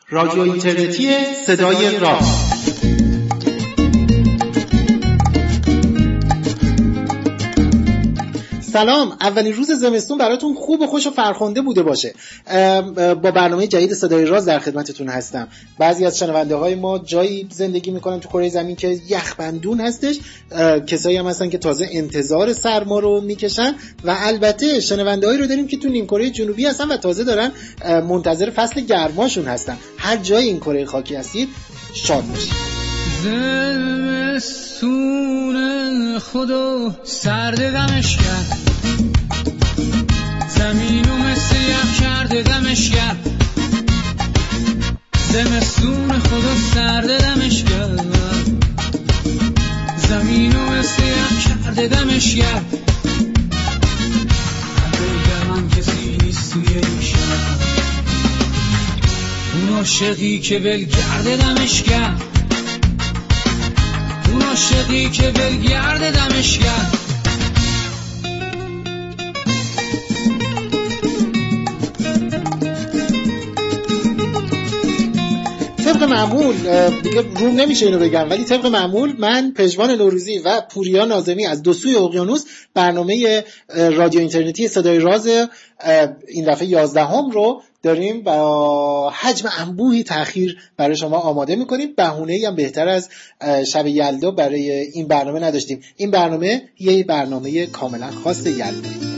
رادیو اینترنتی صدای راست. سلام، اولین روز زمستون براتون خوب و خوش و فرخنده بوده باشه. با برنامه جدید صدای راز در خدمتتون هستم. بعضی از شنونده های ما جایی زندگی میکنن تو کره زمین که یخبندون هستش، کسایی هم هستن که تازه انتظار سرما رو میکشن و البته شنونده هایی رو داریم که تو نیم کره جنوبی هستن و تازه دارن منتظر فصل گرماشون هستن. هر جای این کره خاکی هستید شاد باشید. زمستون خدا سرد دمش کرد، زمینو مثل یخ کرده دمش کرد. زمستون خدا سرد دمش کرد، زمینو مثل یخ کرده دمش کرد. بگر من کسی نیست توی این شهر، اون عاشقی که ولگرد دمش کرد، اون عاشقی که ولگرد دمش کرد. طبق معمول دیگه روم نمیشه اینو بگم، ولی طبق معمول من پژمان نوروزی و پوریا ناظمی از دو سوی اقیانوس برنامه رادیو اینترنتی صدای راز این دفعه 11 رو داریم با حجم انبوهی تأخیر برای شما آماده میکنیم. بهونه‌ای هم بهتر از شب یلدا برای این برنامه نداشتیم. این برنامه یه برنامه کاملا خاص یلداییه.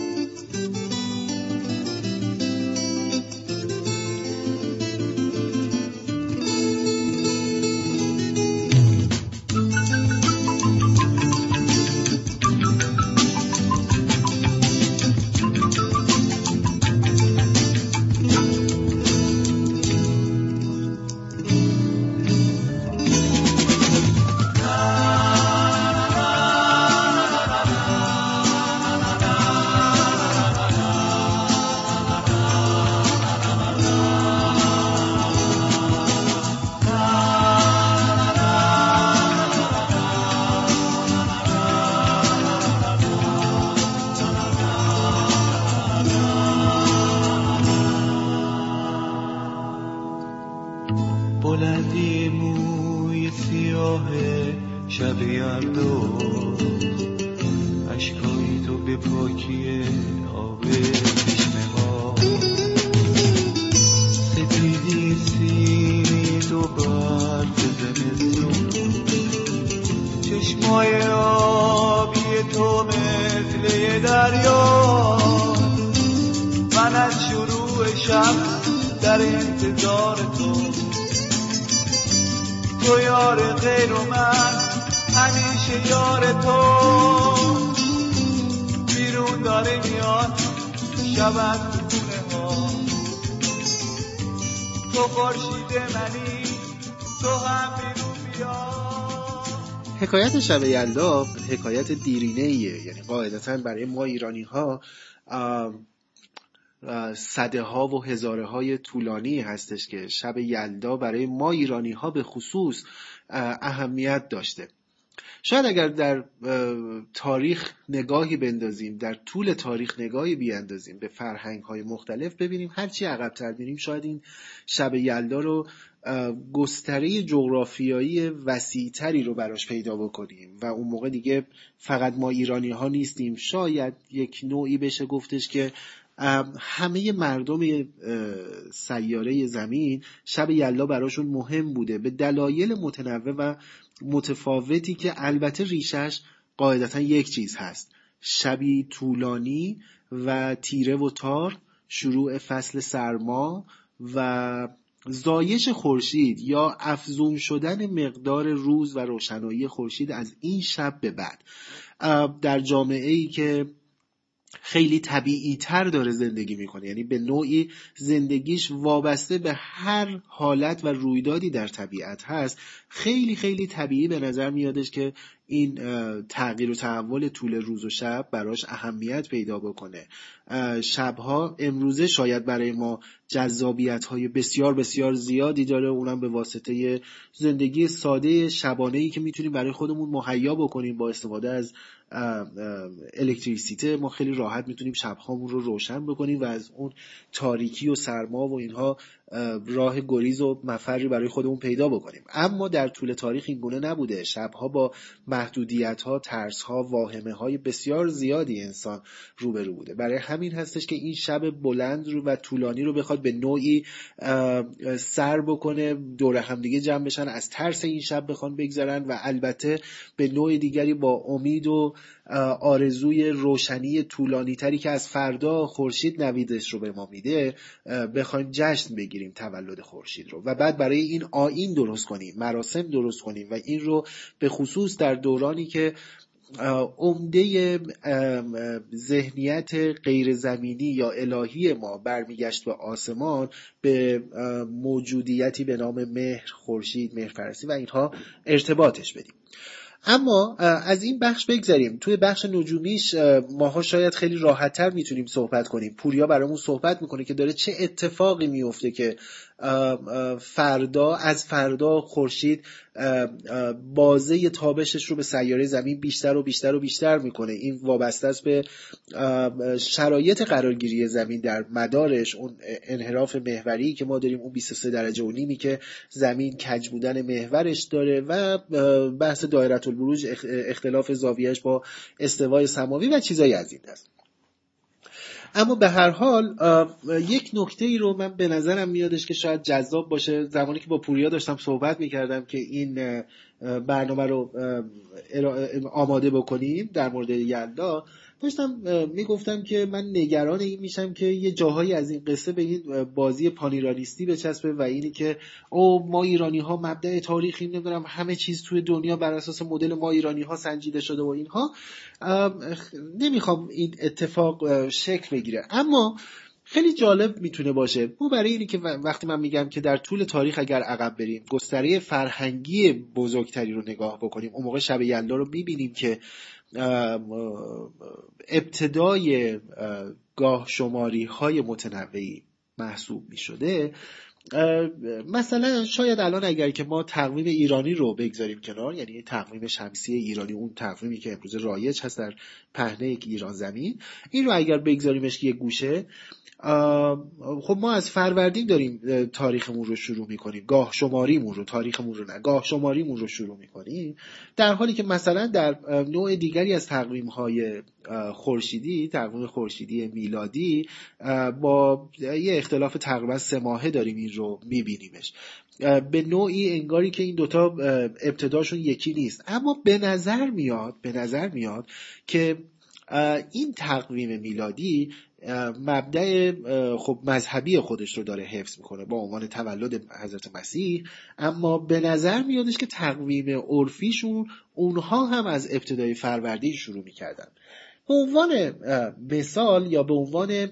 بلندی موی سیاه شب یلدا، اشکای تو به پاکی آب چشمه ها، سپیدی سینی تو برف زمستون، چشمای آبی تو مثل یه دریا. من از شروع شب در انتظار تو یار غیر و من همیشه یار تو. بیرون داره میاد شب از خونه ها، تو خورشید منی، تو هم بیرون بیا. حکایت شب یلدا حکایت دیرینه‌ایه، یعنی قاعدتاً برای ما ایرانی‌ها صده ها و هزاره های طولانی هستش که شب یلدا برای ما ایرانی ها به خصوص اهمیت داشته. شاید اگر در تاریخ نگاهی بندازیم، در طول تاریخ نگاهی بیاندازیم به فرهنگ های مختلف، ببینیم هرچی عقب‌تر بریم شاید این شب یلدا رو گستره جغرافیایی وسیع‌تری رو براش پیدا بکنیم و اون موقع دیگه فقط ما ایرانی ها نیستیم. شاید یک نوعی بشه گفتش که همه مردم سیاره زمین شب یلدا براشون مهم بوده به دلایل متنوع و متفاوتی که البته ریشش قاعدتا یک چیز هست: شبی طولانی و تیره و تار، شروع فصل سرما و زایش خورشید یا افزون شدن مقدار روز و روشنایی خورشید از این شب به بعد. در جامعه‌ای که خیلی طبیعی تر داره زندگی میکنه، یعنی به نوعی زندگیش وابسته به هر حالت و رویدادی در طبیعت هست، خیلی خیلی طبیعی به نظر میادش که این تغییر و تحول طول روز و شب براش اهمیت پیدا بکنه. شبها امروزه شاید برای ما جذابیت‌های بسیار بسیار زیادی داره، اونم به واسطه زندگی ساده شبانه‌ای که میتونیم برای خودمون مهیا بکنیم. با استفاده از الکتریسیته ما خیلی راحت میتونیم شبهامون رو روشن بکنیم و از اون تاریکی و سرما و اینها راه گریز و مفری برای خودمون پیدا بکنیم. اما در طول تاریخ این گونه نبوده. شبها با محدودیت‌ها، ترس‌ها، واهمه‌های بسیار زیادی انسان روبرو بوده. برای همین هستش که این شب بلند رو و طولانی رو بخواد به نوعی سر بکنه، دور هم دیگه جمع بشن، از ترس این شب بخوان بگذرن و البته به نوع دیگری با امید و آرزوی روشنی طولانی تری که از فردا خورشید نویدش رو به ما میده بخوایم جشن بگیریم تولد خورشید رو و بعد برای این آیین درست کنیم، مراسم درست کنیم و این رو به خصوص در دورانی که عمده ذهنیت غیر زمینی یا الهی ما برمیگشت به آسمان، به موجودیتی به نام مهر، خورشید، مهرپرستی و اینها ارتباطش بدیم. اما از این بخش بگذاریم. توی بخش نجومیش ماها شاید خیلی راحت‌تر میتونیم صحبت کنیم. پوریا برامون صحبت میکنه که داره چه اتفاقی میفته که از فردا خورشید بازه تابشش رو به سیاره زمین بیشتر و بیشتر و بیشتر میکنه. این وابسته است به شرایط قرارگیری زمین در مدارش، اون انحراف محوری که ما داریم، اون 23 درجه و نیمی که زمین کج بودن محورش داره و بحث دایره البروج، اختلاف زاویهش با استوای سماوی و چیزایی از این دست. اما به هر حال یک نکته ای رو من به نظرم میادش که شاید جذاب باشه. زمانی که با پوریا داشتم صحبت میکردم که این برنامه رو آماده بکنیم در مورد یلدا، داشتم میگفتم که من نگران این میشم که یه جاهایی از این قصه به این بازی پانیرالیستی بچسبه و اینی که ما ایرانی ها مبدأ تاریخی، نمیدونم همه چیز توی دنیا بر اساس مدل ما ایرانی ها سنجیده شده و اینها. نمیخوام این اتفاق شکل بگیره، اما خیلی جالب میتونه باشه. ما برای اینی که وقتی من میگم که در طول تاریخ اگر عقب بریم، گستره فرهنگی بزرگتری رو نگاه بکنیم، اون موقع شب یلدا رو میبینیم که ابتدای گاه شماری های متنوعی محسوب می شده. مثلا شاید الان اگر که ما تقویم ایرانی رو بگذاریم کنار، یعنی تقویم شمسی ایرانی، اون تقویمی که امروز رایج هست در پهنه ایران زمین، این رو اگر بگذاریمش که یه گوشه، خب ما از فروردین داریم تاریخمون رو شروع میکنیم، گاه شماریمون رو شروع میکنیم، در حالی که مثلا در نوع دیگری از تقویم‌های خورشیدی، تقویم خورشیدی میلادی، با یه اختلاف تقریبا 3 ماهه داریم این رو میبینیمش. به نوعی انگاری که این دوتا ابتداشون یکی نیست. اما به نظر میاد که این تقویم میلادی مبدأ خب مذهبی خودش رو داره حفظ میکنه با عنوان تولد حضرت مسیح، اما به نظر میادش که تقویم عرفیشون اونها هم از ابتدای فروردین شروع میکردن. به عنوان مثال یا به عنوان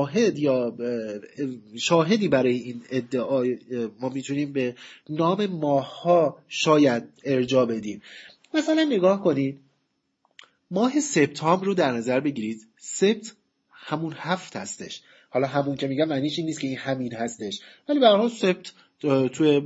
شاهدی برای این ادعا ما میتونیم به نام ماه‌ها شاید ارجاع بدیم. مثلا نگاه کنید، ماه سپتامبر رو در نظر بگیرید. سپت همون 7 هستش. حالا همون که میگم معنیش این نیست که این همین هستش، ولی به هر حال سپت توی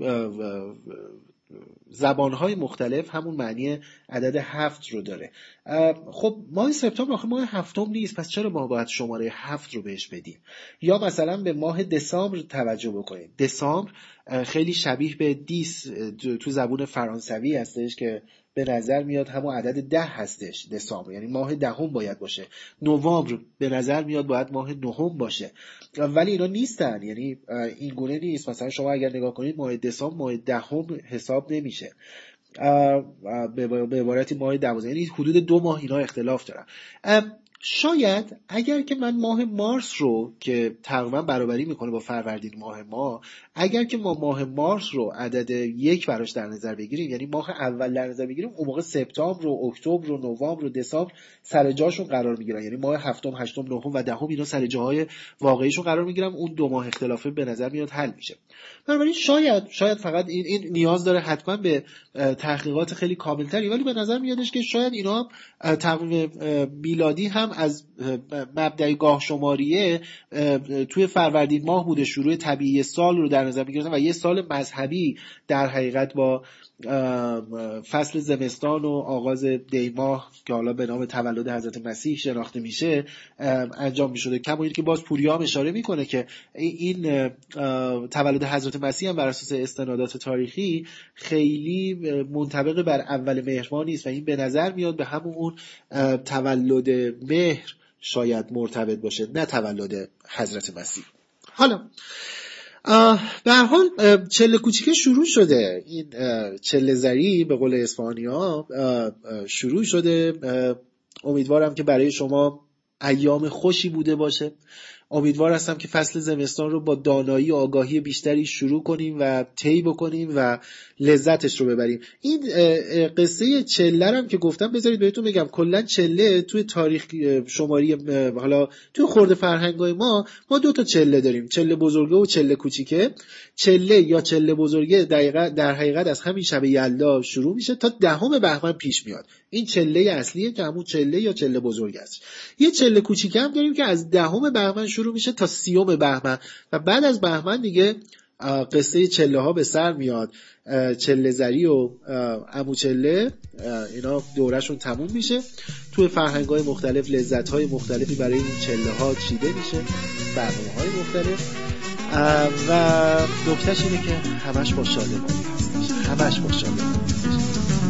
زبانهای مختلف همون معنی عدد 7 رو داره. خب ماه سپتامبر آخه ماه هفتم نیست، پس چرا ما باید شماره 7 رو بهش بدیم؟ یا مثلا به ماه دسامبر توجه بکنید. دسامبر خیلی شبیه به دیس تو زبون فرانسوی هستش که به نظر میاد همون عدد 10 هستش. دسامبر یعنی ماه دهم باید باشه. نوامبر به نظر میاد باید ماه نهم باشه، ولی اینا نیستن، یعنی این گونه نیست. مثلا شما اگر نگاه کنید ماه دسامبر ماه دهم حساب نمیشه، به عبارتی ماه 12، یعنی حدود 2 ماه اینا اختلاف دارن. شاید اگر که من ماه مارس رو که تقریبا برابری میکنه با فروردین ماه ما، اگر که ما ماه مارس رو عدد 1 براش در نظر بگیریم، یعنی ماه اول در نظر بگیریم، اون موقع سپتامبر و اکتبر و نوامبر و دسامبر سر جاشون قرار میگیرن، یعنی ماه هفتم، هشتم، نهم و دهم اینا سر جاهای واقعیشون قرار میگیرن. اون 2 ماه اختلافه به نظر میاد حل میشه. بنابراین شاید فقط این نیاز داره حتما به تحقیقات خیلی کاملتری، ولی به نظر میادش که شاید اینا تقویم میلادی هم از مبدأ گاه شماریه توی فروردین ماه بوده، شروع طبیعی سال رو در نظر میگرفتن و یه سال مذهبی در حقیقت با فصل زمستان و آغاز دیماه که حالا به نام تولد حضرت مسیح شناخته میشه انجام میشده. کما اینکه باز پوریا هم اشاره میکنه که این تولد حضرت مسیح هم بر اساس استنادات تاریخی خیلی منطبق بر اول مهر ماه نیست و این به نظر میاد به همون تولد مهر شاید مرتبط باشه، نه تولد حضرت مسیح. حالا به هر حال چله کوچیکه شروع شده، این چله زری به قول اصفهانی‌ها شروع شده. امیدوارم که برای شما ایام خوشی بوده باشه. امیدوار هستم که فصل زمستان رو با دانایی و آگاهی بیشتری شروع کنیم و طی بکنیم و لذتش رو ببریم. این قصه چله هم که گفتم بذارید بهتون بگم، کلا چله توی تاریخ شماری، حالا توی خرد فرهنگای ما 2 تا چله داریم، چله بزرگه و چله کوچیکه. چله یا چله بزرگه در حقیقت از همین شب یلدا شروع میشه تا 10 بهمن پیش میاد. این چله اصلیه که همون چله یا چله بزرگ است. یه چله کوچیکه هم داریم که از 10 بهمن شروع میشه تا 30 بهمن و بعد از بهمن دیگه قصه چله ها به سر میاد. چله زری و عمو چله اینا دورشون تموم میشه. توی فرهنگ‌های مختلف لذت‌های مختلفی برای این چله ها چیده میشه، برنامه‌های مختلف و نکتهش اینه که همش با شادمانی هستش، همش با شادمانی هستش.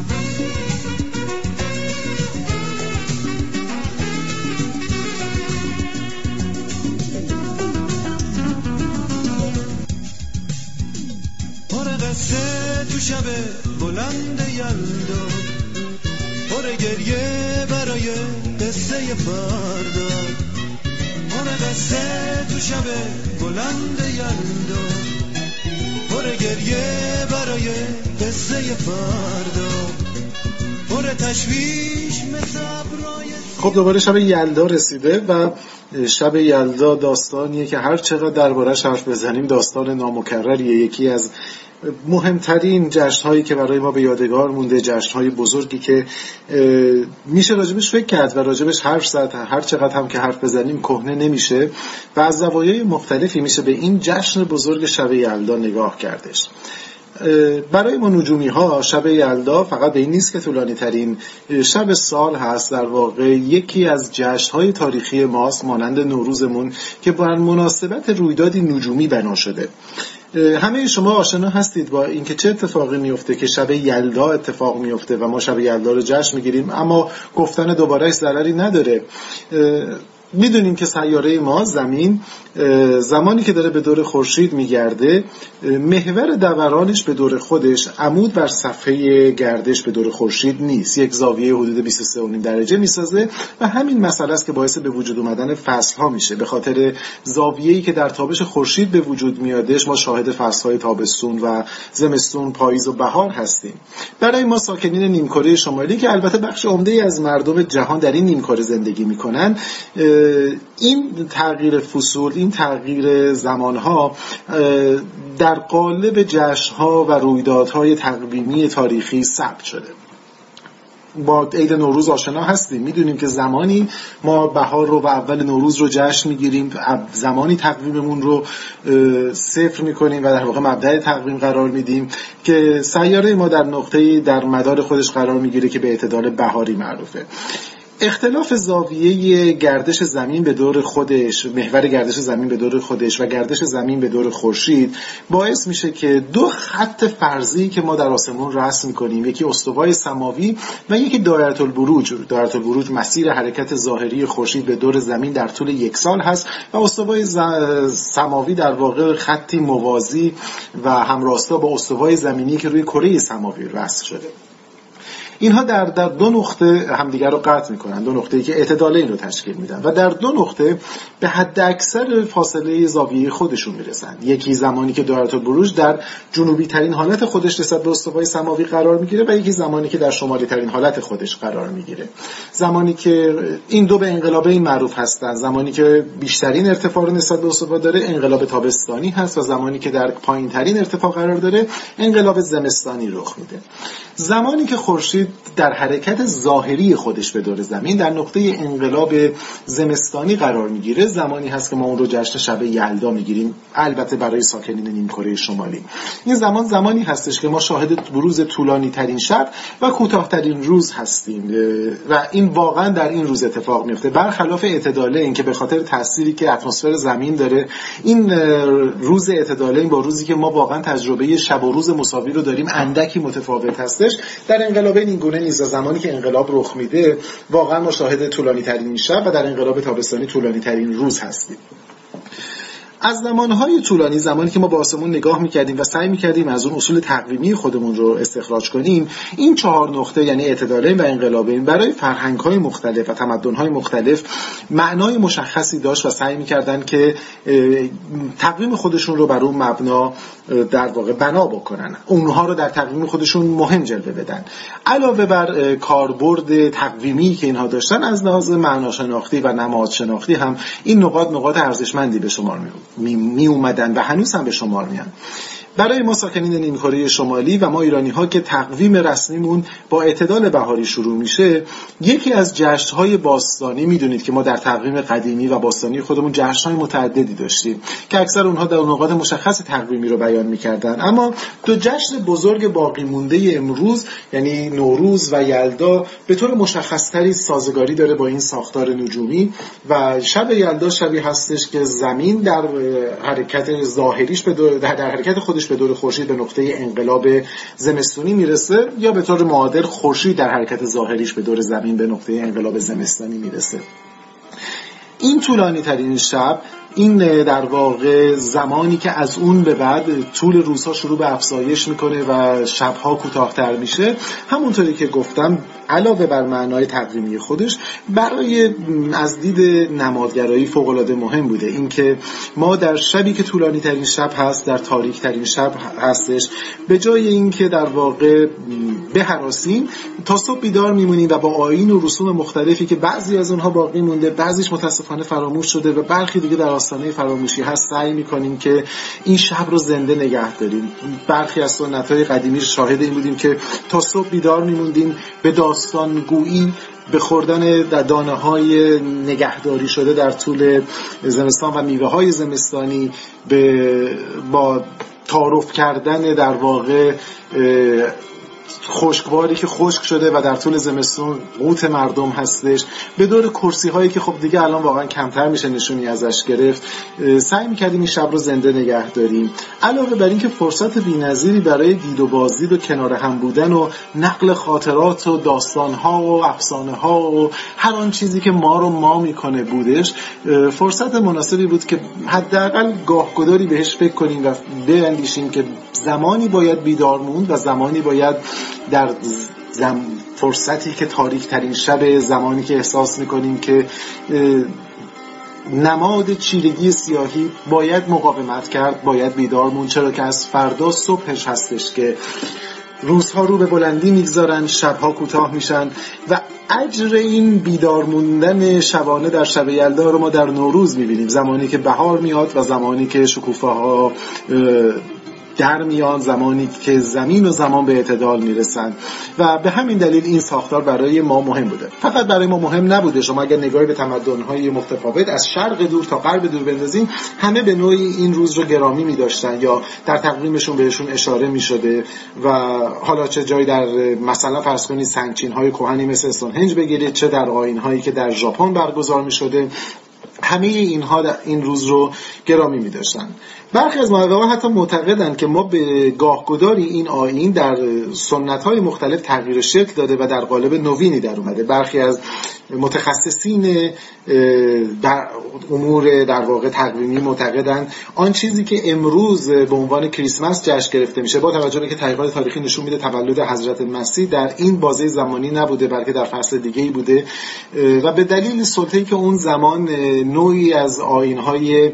تو شب بلند یلدا، پر گریه برای قصه فردا. پر قصه تو شب بلند یلدا، پر گریه برای قصه فردا. پر تشویش مثل ابرای. خب دوباره شب یلدا رسیده و شب یلدا داستانیه که هر چقدر درباره‌اش حرف بزنیم داستان نامکرریه. یکی از مهمترین جشن‌هایی که برای ما به یادگار مونده، جشن‌های بزرگی که میشه راجبش فکر کرد و راجبش حرف زد، هر چقدر هم که حرف بزنیم کهنه نمیشه و از زوایای مختلفی میشه به این جشن بزرگ شب یلدا نگاه کردش. برای ما نجومی ها شب یلدا فقط به این نیست که طولانی ترین شب سال هست، در واقع یکی از جشن‌های تاریخی ماست مانند نوروزمون که بر مناسبت رویدادی نجومی بنا شده. همه شما آشنا هستید با اینکه چه اتفاقی میفته که شب یلدا اتفاق میفته و ما شب یلدا رو جشن میگیریم، اما گفتن دوباره ضرری نداره. میدونیم که سیاره ما زمین زمانی که داره به دور خورشید میگرده، محور دورانش به دور خودش عمود بر صفحه گردش به دور خورشید نیست، یک زاویه حدود 23.5 درجه میسازه و همین مسئله است که باعث به وجود اومدن فصل ها میشه. به خاطر زاویه‌ای که در تابش خورشید به وجود میادش ما شاهد فصل‌های تابستون و زمستون، پاییز و بهار هستیم. برای ما ساکنین نیمکره شمالی که البته بخش عمده‌ای از مردم جهان در این نیمکره زندگی میکنن، این تغییر فصول، این تغییر زمانها در قالب جشن‌ها و رویدادهای تقویمی تاریخی ثبت شده. با عید نوروز آشنا هستیم، میدونیم که زمانی ما بهار رو و اول نوروز رو جشن میگیریم، زمانی تقویممون رو صفر میکنیم و در واقع مبدأ تقویم قرار میدیم که سیاره ما در نقطه‌ای در مدار خودش قرار میگیره که به اعتدال بهاری معروفه. اختلاف زاویه گردش زمین به دور خودش، محور گردش زمین به دور خودش و گردش زمین به دور خورشید باعث میشه که 2 خط فرضی که ما در آسمون رسم می‌کنیم، یکی استوای سماوی و یکی دایره البروج مسیر حرکت ظاهری خورشید به دور زمین در طول 1 سال هست و استوای سماوی در واقع خطی موازی و همراستا با استوای زمینی که روی کره سماوی رسم شده. اینها در دو نقطه همدیگر رو قطع میکنن، دو نقطه‌ای که اعتدالین رو تشکیل میدن و در دو نقطه به حد اکثر فاصله زاویه خودشون میرسن. یکی زمانی که دایره البروج در جنوبی ترین حالت خودش نسبت به استوای سماوی قرار میگیره و یکی زمانی که در شمالی ترین حالت خودش قرار میگیره. زمانی که این دو به انقلابین معروف هستند، زمانی که بیشترین ارتفاع رو نسبت به استوا داره انقلاب تابستانی هست و زمانی که در پایین ترین ارتفاع قرار داره انقلاب زمستانی رخ میده. زمانی که خورشید در حرکت ظاهری خودش به دور زمین در نقطه انقلاب زمستانی قرار میگیره، زمانی هست که ما اون رو جشن شب یلدا میگیریم، البته برای ساکنین نیمکره شمالی. این زمانی هستش که ما شاهد بروز طولانی ترین شب و کوتاه ترین روز هستیم و این واقعا در این روز اتفاق میفته، برخلاف اعتداله این که به خاطر تأثیری که اتمسفر زمین داره این روز اعتداله این با روزی که ما واقعا تجربه شب و روز مساوی رو داریم اندکی متفاوت هستش. در انقلابین این گونه نیست، زمانی که انقلاب رخ میده واقعا ما شاهد طولانی ترین شب و در انقلاب تابستانی طولانی ترین روز هستیم. از زمانهای طولانی، زمانی که ما به آسمون نگاه میکردیم و سعی میکردیم از اون اصول تقویمی خودمون رو استخراج کنیم، این 4 نقطه یعنی اعتدالین و انقلابین برای فرهنگ‌های مختلف و تمدن‌های مختلف معنای مشخصی داشت و سعی میکردن که تقویم خودشون رو بر اون مبنا در واقع بنا بکنن، اونها رو در تقویم خودشون مهم جلوه بدن. علاوه بر کاربرد تقویمی که اینها داشتن، از لحاظ معناشناختی و نمادشناختی هم این نقاط ارزشمندی به شمار می اومدن و هنوز هم به شمار میان. برای ما ساکنین نیمکره شمالی و ما ایرانی ها که تقویم رسمیمون با اعتدال بهاری شروع میشه، یکی از جشن‌های باستانی، میدونید که ما در تقویم قدیمی و باستانی خودمون جشن‌های متعددی داشتیم که اکثر اونها در نقاط مشخص تقویمی رو بیان میکردن، اما دو جشن بزرگ باقی مونده امروز یعنی نوروز و یلدا به طور مشخص‌تری سازگاری داره با این ساختار نجومی و شب یلدا شبی هستش که زمین در حرکت ظاهریش در حرکت خودش به دور خورشید به نقطه انقلاب زمستانی میرسه، یا به طور معادل خورشید در حرکت ظاهریش به دور زمین به نقطه انقلاب زمستانی میرسه. این طولانی ترین شب، این در واقع زمانی که از اون به بعد طول روزها شروع به افزایش میکنه و شبها کوتاه‌تر میشه، همونطوری که گفتم علاوه بر معنای تقویمی خودش برای از دید نمادگرایی فوق‌العاده مهم بوده. این که ما در شبی که طولانی ترین شب هست، در تاریک ترین شب هستش، به جای این که در واقع بهراسیم تا صبح بیدار میمونیم و با آیین و رسوم مختلفی که بعضی از اونها باقی مونده، بعضیش متاسفانه فراموش شده و برخی دیگه در آستانه فراموشی هست، سعی میکنیم که این شب رو زنده نگه داریم. برخی از سنت‌های قدیمی شاهد این بودیم که تا صبح بیدار میموندیم، به داستان گویی، به خوردن دانه‌های نگهداری شده در طول زمستان و میوه‌های زمستانی، با تعارف کردن در واقع خشکواری که خشک شده و در طول زمستون قوت مردم هستش، به دور کرسی هایی که خب دیگه الان واقعا کمتر میشه نشونی ازش گرفت، سعی میکردیم این شب رو زنده نگه داریم. علاوه بر این که فرصت بی‌نظیری برای دید و بازدید و کنار هم بودن و نقل خاطرات و داستان ها و افسانه ها و هر آن چیزی که ما رو ما میکنه بودش، فرصت مناسبی بود که حداقل گاهگداری بهش فکر کنیم و بیندیشیم که زمانی باید بیدار موند و زمانی باید در فرصتی که تاریک ترین شب، زمانی که احساس میکنیم که نماد چیرگی سیاهی باید مقاومت کرد، باید بیدار موند، چرا که از فردا صبحش هستش که روزها رو به بلندی میگذارن، شبها کوتاه میشن و اجر این بیدار موندن شبانه در شب یلدا رو ما در نوروز میبینیم، زمانی که بهار میاد و زمانی که شکوفه ها در میان، زمانی که زمین و زمان به اعتدال میرسن و به همین دلیل این ساختار برای ما مهم بوده. فقط برای ما مهم نبوده، شما اگر نگاهی به تمدن‌های متفاوت از شرق دور تا غرب دور بندازین، همه به نوعی این روز رو گرامی می‌داشتن یا در تقویمشون بهشون اشاره می‌شده و حالا چه جایی در مثلا فرض کنید سنگچین‌های کهنی مثل استونهنج بگیرید، چه در آیین‌هایی که در ژاپن برگزار می‌شده، همه اینها این روز رو گرامی می داشتن. برخی از محققان حتی معتقدند که ما به گاهگداری این آیین در سنت‌های مختلف تغییر شکل داده و در قالب نوینی در اومده. برخی از متخصصین در امور در واقع تقویمی معتقدند آن چیزی که امروز به عنوان کریسمس جشن گرفته میشه، با توجه به که تحقیقات تاریخی نشون میده تولد حضرت مسیح در این بازه زمانی نبوده بلکه در فصل دیگه‌ای بوده و به دلیل سلطه‌ای که اون زمان نوعی از آیین‌های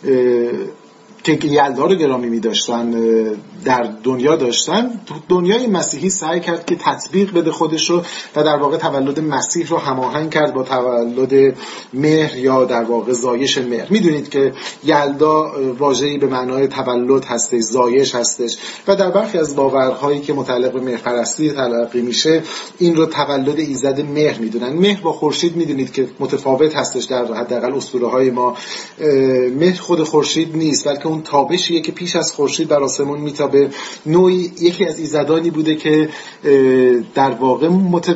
که یلدا رو گرامی می داشتن در دنیا داشتن، دنیای مسیحی سعی کرد که تطبیق بده خودش رو و در واقع تولد مسیح رو هماهنگ کرد با تولد مهر یا در واقع زایش مهر. میدونید که یلدا واژه‌ای به معنای تولد هستش، زایش هستش و در برخی از باورهایی که متعلق به مهرپرستی تلقی میشه این رو تولد ایزد مهر میدونن. مهر با خورشید میدونید که متفاوت هستش، در حداقل اسطوره‌های ما مهر خود خورشید نیست بلکه اون تابشیه که پیش از خورشید بر آسمون میتابه. نوعی یکی از ایزدانی بوده که در واقع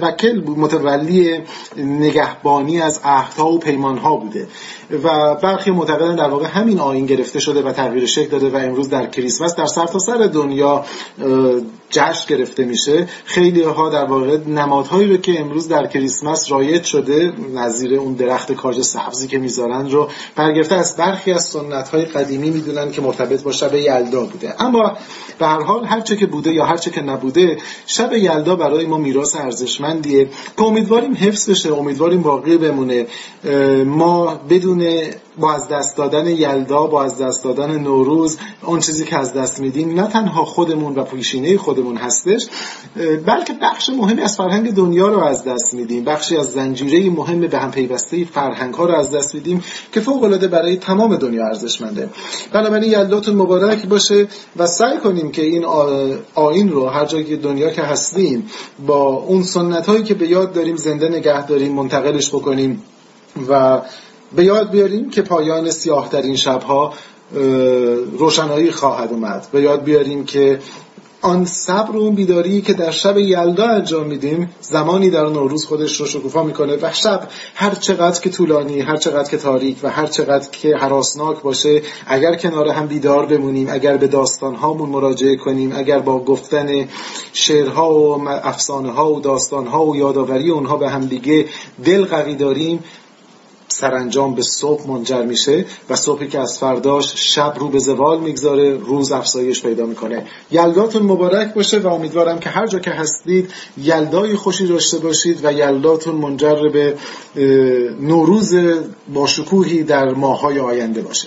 متولی نگهبانی از عهدها و پیمانها بوده و برخی معتقدن در واقع همین آیین گرفته شده و تغییر شکل داده و امروز در کریسمس در سرتاسر دنیا جشن گرفته میشه. خیلی ها در واقع نمادهایی رو که امروز در کریسمس رایج شده نظیر اون درخت کاج سبزی که میذارن رو برگرفته از برخی از سنت‌های قدیمی میدونن که مرتبط با شب یلدا بوده. اما به هر حال هر چه که بوده یا هر چه که نبوده، شب یلدا برای ما میراث ارزشمندیه که امیدواریم حفظ بشه، امیدواریم باقی بمونه. ما بدون با از دست دادن یلدا، با از دست دادن نوروز، اون چیزی که از دست میدیم نه تنها خودمون و پیشینه خودمون هستش بلکه بخش مهمی از فرهنگ دنیا رو از دست میدیم، بخشی از زنجیره مهم به هم پیوسته فرهنگ ها رو از دست میدیم که فوق العاده برای تمام دنیا ارزشمنده. بنابراین یلداتون مبارک باشه و سعی کنیم که این آیین رو هر جایی که دنیا که هستیم با اون سنت هایی که به یاد داریم زنده نگه داریم، منتقلش بکنیم و به یاد بیاریم که پایان سیاه ترین شبها روشنایی خواهد اومد. به یاد بیاریم که آن صبر و بیداری که در شب یلدا انجام میدیم زمانی در نوروز خودش رو شکوفا میکنه و شب هر چقدر که طولانی، هر چقدر که تاریک و هر چقدر که هراسناک باشه، اگر کنار هم بیدار بمونیم، اگر به داستانهامون مراجعه کنیم، اگر با گفتن شعرها و افسانه‌ها و داستانها و یادآوری اونها به هم دیگه دل قوی داریم، سرانجام به صبح منجر میشه و صبحی که از فرداش شب رو به زوال میگذاره، روز افزایش پیدا میکنه. یلداتون مبارک باشه و امیدوارم که هر جا که هستید یلدای خوشی داشته باشید و یلداتون منجر به نوروز با شکوهی در ماه‌های آینده باشه.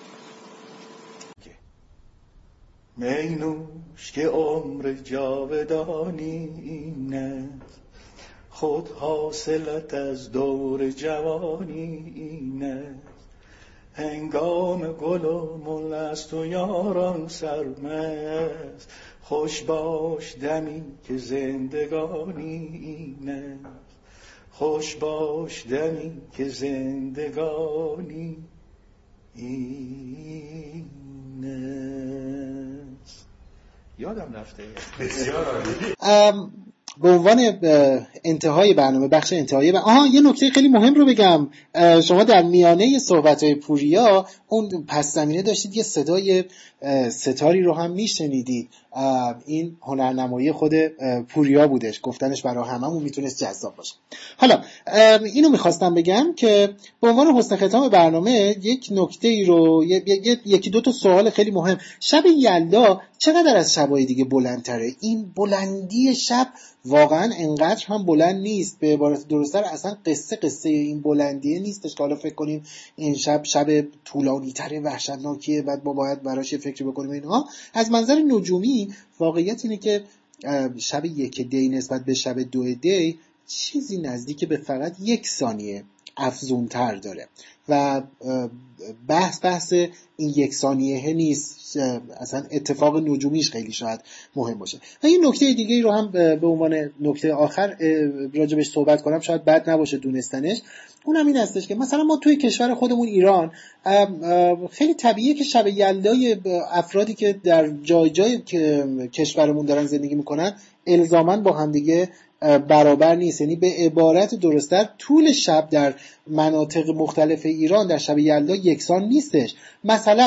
مینوش که عمر جاودانی اینه، خود حاصلت از دور جوانی اینه. هنگام گل و مل است و یاران سرمست، خوش باش دمی که زندگانی اینه. خوش باش دمی که زندگانی اینه. یادم رفته. بسیار عالی. به عنوان انتهای برنامه، بخش انتهایی یه نکته خیلی مهم رو بگم. شما در میانه صحبت‌های پوریا اون پس زمینه داشتید یه صدای ستاری رو هم میشنیدید. این هنرنمایی خود پوریا بودش، گفتنش برای هممون میتونست جذاب باشه. حالا اینو میخواستم بگم که به عنوان حسن ختام برنامه یک نکته رو یکی دو تا سوال خیلی مهم. شب یلدا چقدر از شبای دیگه بلندتره؟ این بلندی شب واقعا انقدر هم بلند نیست. به عبارت درست‌تر اصلا قصه این بلندیه نیستش که حالا فکر کنیم این شب طولانی تره، وحشتناکیه، بعد ما باید براش فکر بکنیم. اینها از منظر نجومی واقعیت اینه که شب 1 دی نسبت به شب 2 دی چیزی نزدیک به فقط 1 ثانیه افزونتر داره و بحث این 1 ثانیه نیست، اصلا اتفاق نجومیش خیلی شاید مهم باشه. و این نکته دیگه رو هم به عنوان نکته آخر راجبش صحبت کنم، شاید بد نباشه دونستنش. اونم این هستش که مثلا ما توی کشور خودمون ایران خیلی طبیعیه که شب یلدای افرادی که در جای کشورمون دارن زندگی میکنن الزاماً با هم دیگه برابر نیست. یعنی به عبارت درست‌تر طول شب در مناطق مختلف ایران در شب یلدا یکسان نیستش. مثلا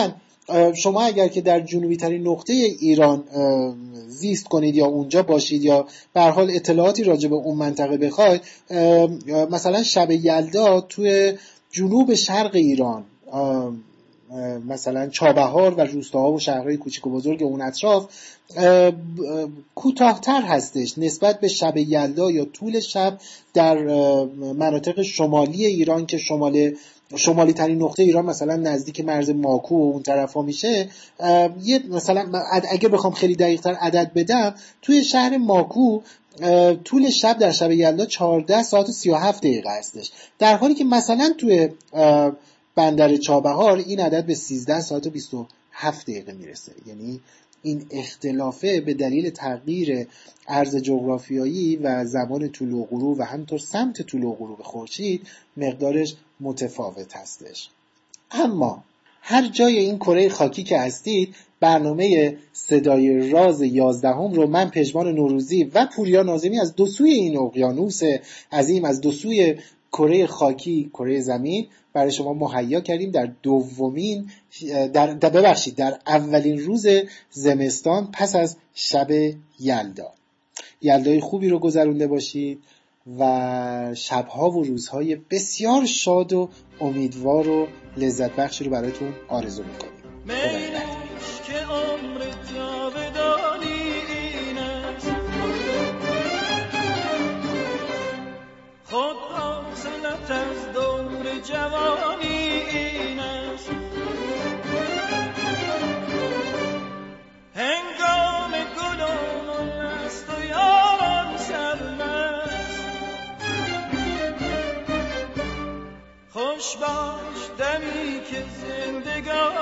شما اگر که در جنوبی ترین نقطه ایران زیست کنید یا اونجا باشید یا به هر حال اطلاعاتی راجع به اون منطقه بخواید، مثلا شب یلدا توی جنوب شرق ایران، مثلا چابهار و روستاها و شهرهای کوچیک و بزرگ اون اطراف کوتاه‌تر هستش نسبت به شب یلدا یا طول شب در مناطق شمالی ایران که شمالی ترین نقطه ایران مثلا نزدیک مرز ماکو و اون طرف ها میشه. مثلا اگه بخوام خیلی دقیق تر عدد بدم، توی شهر ماکو طول شب در شب یلدا 14 ساعت و 37 دقیقه هستش، در حالی که مثلا توی بندر چابهار این عدد به 13 ساعت و 27 دقیقه میرسه. یعنی این اختلافه به دلیل تغییر عرض جغرافیایی و زمان طلوع و غروب و همینطور سمت طلوع و غروب خورشید مقدارش متفاوت هستش. اما هر جای این کره خاکی که هستید، برنامه صدای راز 11 رو من پژمان نوروزی و پوریا ناظمی از دو سوی این اقیانوس عظیم، از دو سوی کره خاکی، کره زمین، برای شما مهیا کردیم در اولین روز زمستان پس از شب یلدا. یلدای خوبی رو گذرونده باشید و شبها و روزهای بسیار شاد و امیدوار و لذت بخشی رو براتون آرزو میکنیم. که عمر جاودانی این است، خود حاصلت از دور جوانی این است، هنگام گل و نو است و یاران سرمست، خوش باش دمی که زندگانی